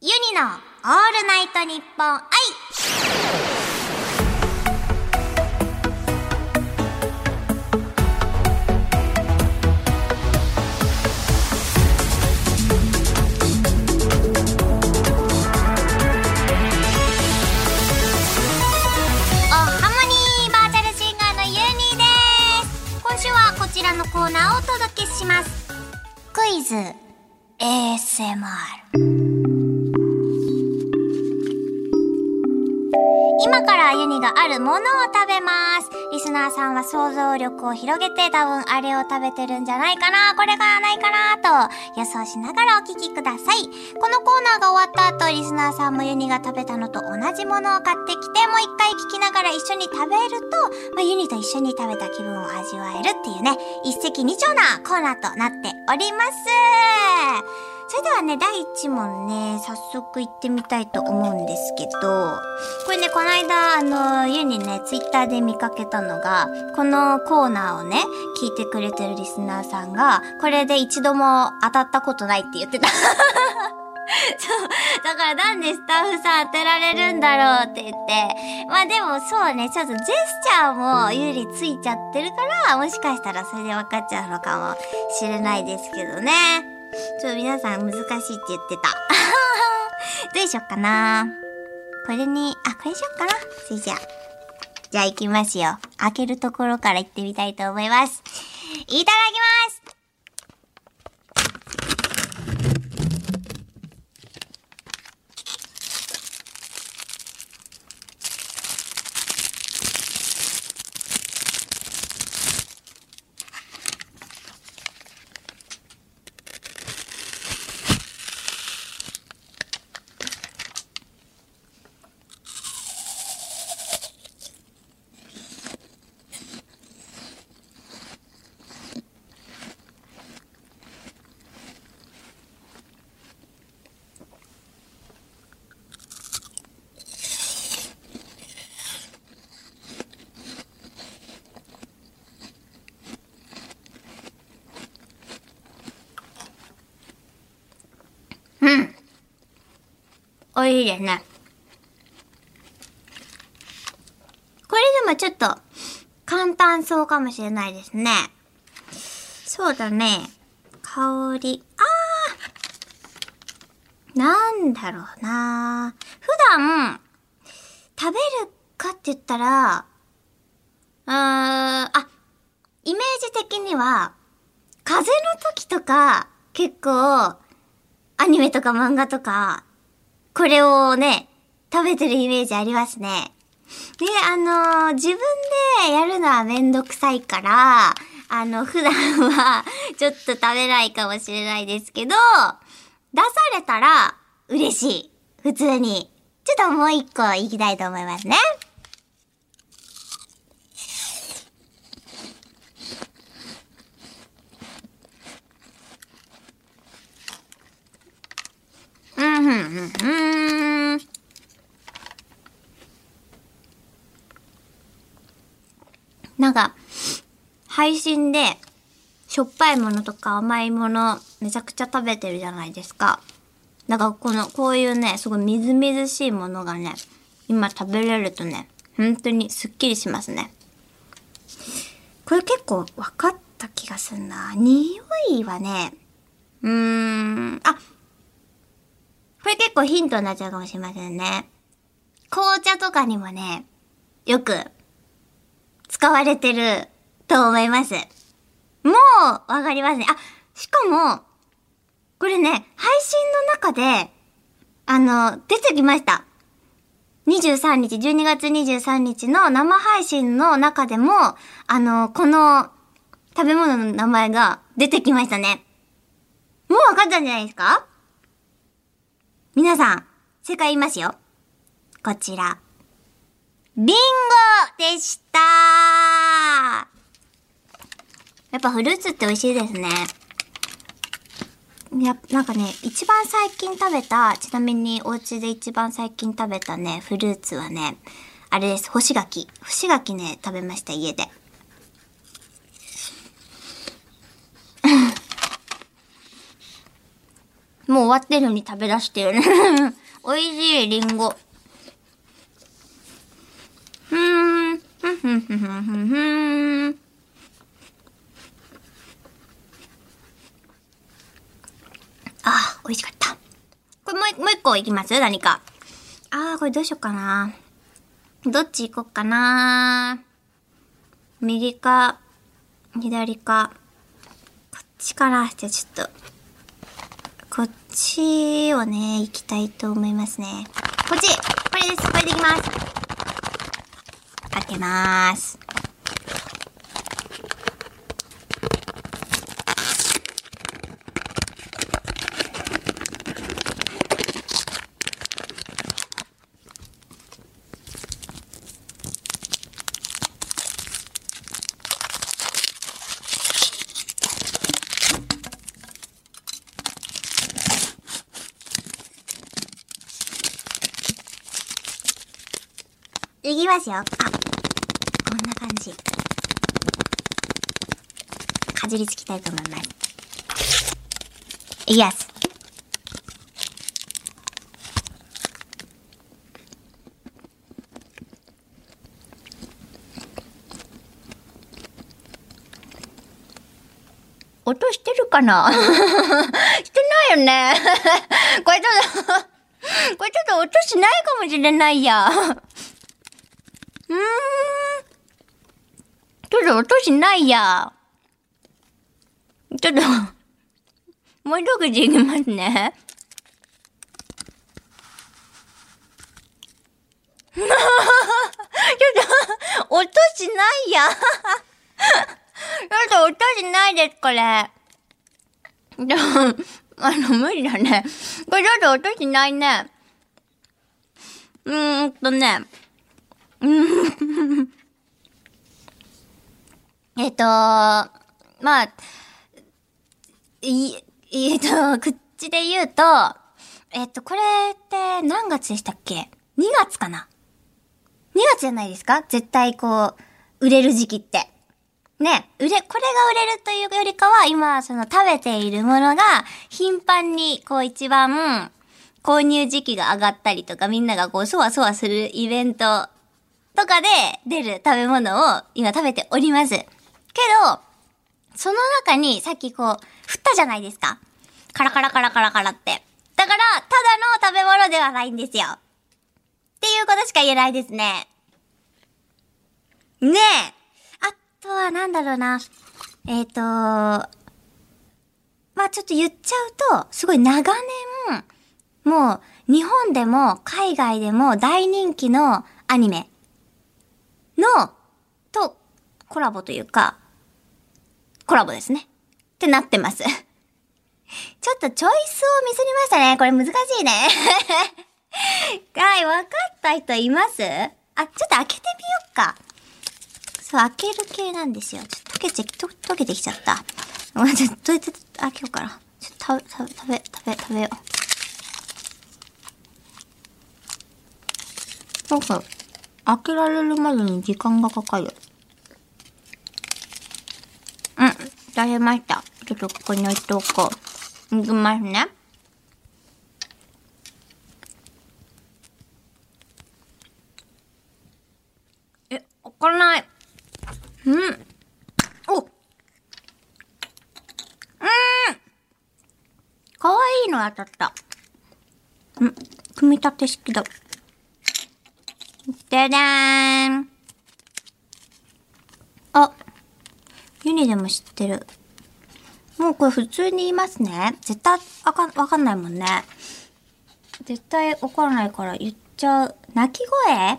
ユニのオールナイトニッポン愛。今週はこちらのコーナーをお届けします。クイズ ASMR。今からユニがあるものを食べます。リスナーさんは想像力を広げて多分あれを食べてるんじゃないかな、これがないかなと予想しながらお聞きください。このコーナーが終わった後、リスナーさんもユニが食べたのと同じものを買ってきて、もう一回聞きながら一緒に食べると、ユニと一緒に食べた気分を味わえるっていうね、一石二鳥なコーナーとなっております。それではね、第1問ね、早速行ってみたいと思うんですけど、これね、この間、ユニね、ツイッターで見かけたのが、このコーナーをね、聞いてくれてるリスナーさんが、これで一度も当たったことないって言ってた。そう。だからなんでスタッフさん当てられるんだろうって言って。まあでもそうね、ちょっとジェスチャーもユリついちゃってるから、もしかしたらそれで分かっちゃうのかもしれないですけどね。皆さん難しいって言ってた。どうしよっかな。これに、これしよっかな。それじゃあ行きますよ。開けるところから行ってみたいと思います。いただきます。美味しいですね。これでもちょっと簡単そうかもしれないですね。そうだね。香り。なんだろうな。普段食べるかって言ったら、イメージ的には風邪の時とか結構アニメとか漫画とかこれをね、食べてるイメージありますね。で、自分でやるのはめんどくさいから、普段はちょっと食べないかもしれないですけど、出されたら嬉しい。普通に。ちょっともう一個いきたいと思いますね。なんか、配信で、しょっぱいものとか甘いもの、めちゃくちゃ食べてるじゃないですか。だからこういうね、すごいみずみずしいものがね、今食べれるとね、本当にすっきりしますね。これ結構分かった気がするな。匂いはね、これ結構ヒントになっちゃうかもしれませんね。紅茶とかにもね、よく使われてると思います。もうわかりますね。しかも、これね、配信の中で、出てきました。12月23日の生配信の中でも、この食べ物の名前が出てきましたね。もうわかったんじゃないですか？皆さん、正解言いますよ。こちら。リンゴでした。やっぱフルーツって美味しいですね。なんかね、一番最近食べた、ちなみにお家で一番最近食べたね、フルーツはね、あれです、干し柿。干し柿ね、食べました、家で。 もう終わってるのに食べ出してるね。美味しいリンゴ。あ、美味しかった。これもう一個いきます？何か。これどうしようかな。どっち行こっかな。右か、左か。こっちから。じゃあちょっと、こっちをね、行きたいと思いますね。こっち！これです。これでいきます。開けまーす。いきますよ。こんな感じ。かじりつきたいと思います。いきます。音してるかな？してないよね。これちょっと音しないかもしれないや。ちょっと音しないや。ちょっと、もう一口いきますね。ちょっと、音しないや。ちょっと音しないです、これ。無理だね。これちょっと音しないね。まあ、口で言うと、これって何月でしたっけ？ 2 月かな？ 2 月じゃないですか？絶対こう、売れる時期って。ね、これが売れるというよりかは、今、その食べているものが、頻繁に、こう一番、購入時期が上がったりとか、みんながこう、そわそわするイベントとかで出る食べ物を今食べております。けど、その中にさっきこう、振ったじゃないですか。カラカラカラカラカラって。だから、ただの食べ物ではないんですよ。っていうことしか言えないですね。ねえ。あとはなんだろうな。まあ、ちょっと言っちゃうと、すごい長年、もう、日本でも海外でも大人気のアニメとコラボというか、コラボですね。ってなってます。ちょっとチョイスをミスりましたね。これ難しいね。はい、わかった人います？ちょっと開けてみよっか。そう、開ける系なんですよ。ちょっと溶けてきちゃった。どうやって開けようかな。ちょっと食べよう。なんか、開けられるまでに時間がかかる。出せました。ちょっとここに置いておこう。いきますね。開かない。かわいいの当たった。組み立て式だ。ででーん。ユニでも知ってる。もうこれ普通に言いますね。絶対わかんないもんね。絶対わからないから言っちゃう。鳴き声？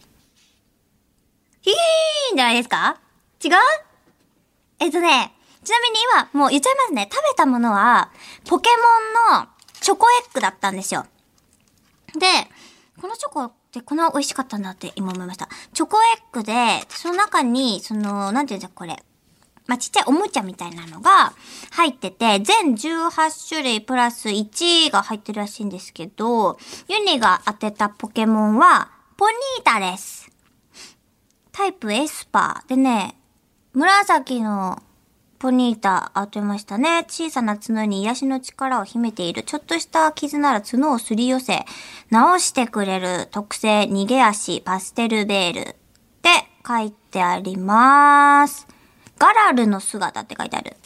ヒーンじゃないですか？違う？ちなみに今もう言っちゃいますね。食べたものはポケモンのチョコエッグだったんですよ。で、このチョコってこんな美味しかったんだって今思いました。チョコエッグで、その中に、なんていうんですかこれ。まあ、ちっちゃいおもちゃみたいなのが入ってて、全18種類プラス1が入ってるらしいんですけど、ユニが当てたポケモンは、ポニータです。タイプエスパー。でね、紫のポニータ当てましたね。小さな角に癒しの力を秘めている。ちょっとした傷なら角をすり寄せ、直してくれる特製逃げ足パステルベールって書いてあります。ガラルの姿って書いてある。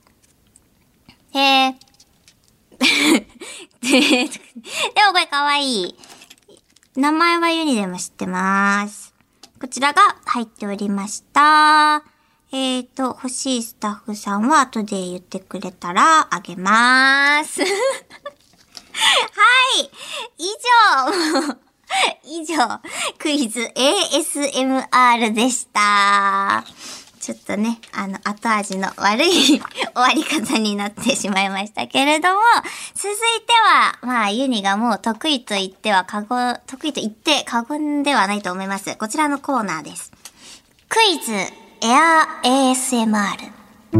へー。でもこれかわいい。名前はユニでも知ってます。こちらが入っておりました。欲しいスタッフさんは後で言ってくれたらあげまーす。はい。以上、クイズ ASMR でした。ちょっとね、後味の悪い終わり方になってしまいましたけれども、続いては、ユニがもう得意と言って過言ではないと思います。こちらのコーナーです。クイズエア ASMR。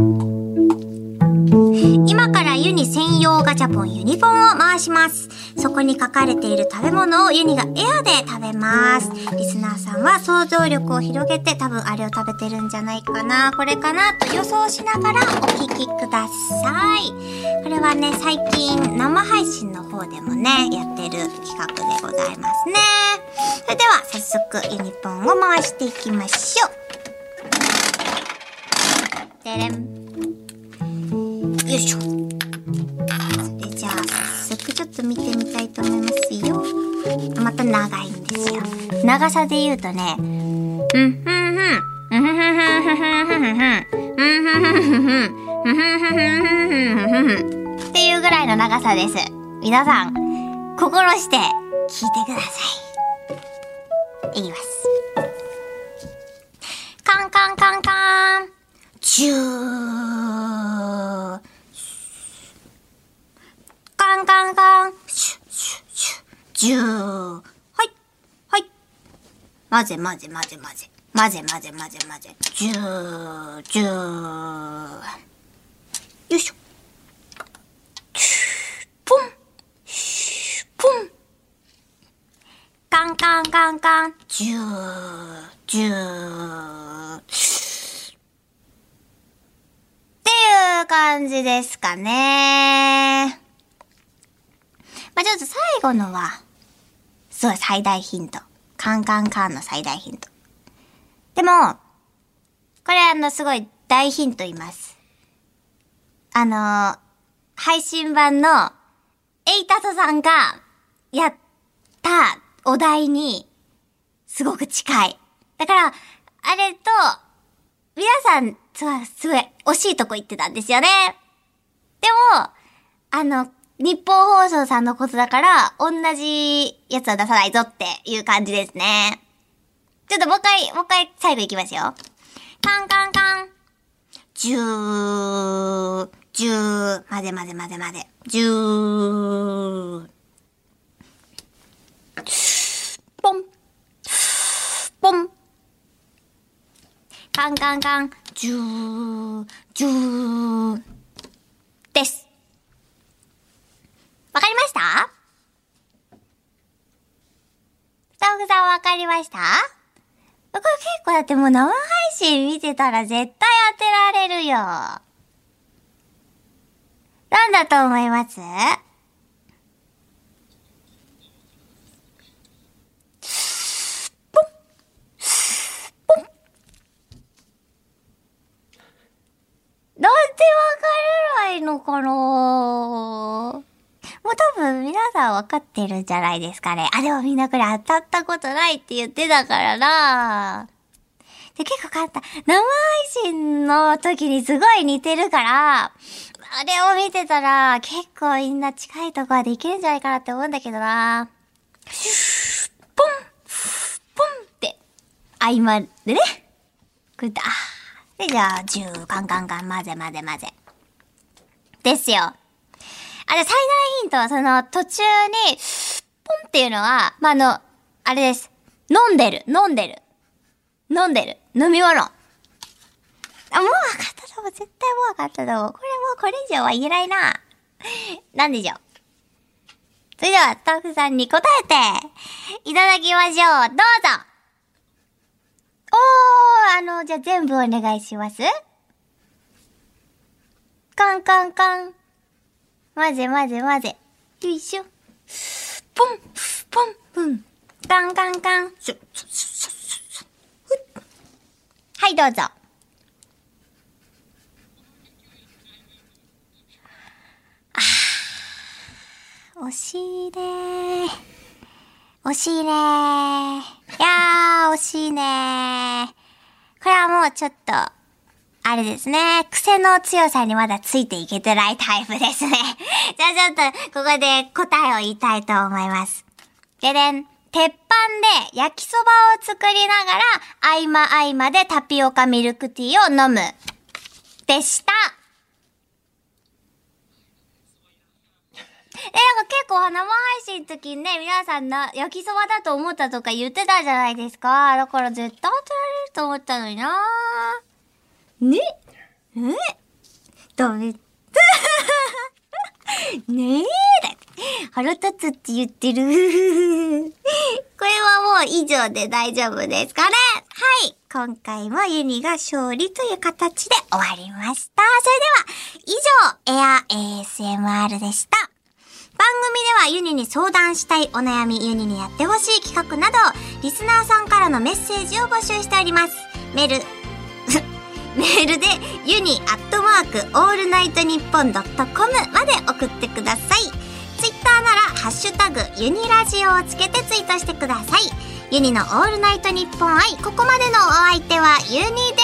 今からユニ専用ガチャポンユニポンを回します。そこに書かれている食べ物をユニがエアで食べます。リスナーさんは想像力を広げて多分あれを食べてるんじゃないかな、これかなと予想しながらお聞きください。これはね、最近生配信の方でもね、やってる企画でございますね。それでは早速ユニポンを回していきましょう。でれん。よいしょ。それじゃあ早速ちょっと見てみたいと思いますよ。また長いんですよ。長さで言うとね、っていうぐらいの長さです。皆さん、心して聞いてください。いきます。カンカンカンカン。ジュー。カンカンカン。シュシュシュ。ジュー。はい。はい。混ぜ混ぜ混ぜ混ぜ。混ぜ混ぜ混ぜ混ぜ。ジュー。ジュー。よいしょ。ポン。ポン。カンカンカンカン。ジュー。ジュー。っていう感じですかね。ちょっと最後のは、すごい最大ヒント。カンカンカンの最大ヒント。でも、これすごい大ヒント言います。配信版のエイタトさんがやったお題にすごく近い。だから、あれと、皆さん、すごい惜しいとこ行ってたんですよね。でも、日本放送さんのことだから、同じやつは出さないぞっていう感じですね。ちょっともう一回最後いきますよ。カンカンカン。ジュー、ジュー、混ぜ混ぜ混ぜ混ぜ。ジュー。ポン。ポン。カンカンカン。ジュー、ジュー。です。わかりました？スタッフさんわかりました？これ結構だってもう生配信見てたら絶対当てられるよ。なんだと思います？ポンポン。なんでわからないのかな？もう多分皆さんわかってるんじゃないですかね。でもみんなこれ当たったことないって言ってたからな。で、結構簡単。生配信の時にすごい似てるから、あれを見てたら結構みんな近いとこはできるんじゃないかなって思うんだけどな。ポンポンって合間でね。こうだ。で、じゃあ、10カンカンカン混ぜ混ぜ混ぜ。ですよ。最大ヒントは途中に、ポンっていうのは、あれです。飲んでる。飲み物。もう分かったと思う。絶対もう分かったと思う。これ以上は言えないな。なんでしょう。それでは、スタッフさんに答えて、いただきましょう。どうぞ。じゃあ全部お願いします。 カンカンカン。混ぜ混ぜ混ぜ。よいしょ。ポン、ポン、ポン。カンカンカン。はい、どうぞ。惜しいね。惜しいね。いやー、惜しいね。これはもうちょっと、あれですね。癖の強さにまだついていけてないタイプですね。じゃあちょっと、ここで答えを言いたいと思います。ででん。鉄板で焼きそばを作りながら、合間合間でタピオカミルクティーを飲む。でした。なんか結構生配信の時にね、皆さん焼きそばだと思ったとか言ってたじゃないですか。だから絶対当てられると思ったのになねダメ。ねえだって腹立つって言ってる。これはもう以上で大丈夫ですかね。はい。今回もユニが勝利という形で終わりました。それでは、以上、エア ASMR でした。番組ではユニに相談したいお悩み、ユニにやってほしい企画など、リスナーさんからのメッセージを募集しております。メールで、ユニ@allnightnippon.com まで送ってください。ツイッターなら、ハッシュタグ、ユニラジオをつけてツイートしてください。ユニのオールナイトニッポン愛、ここまでのお相手はユニで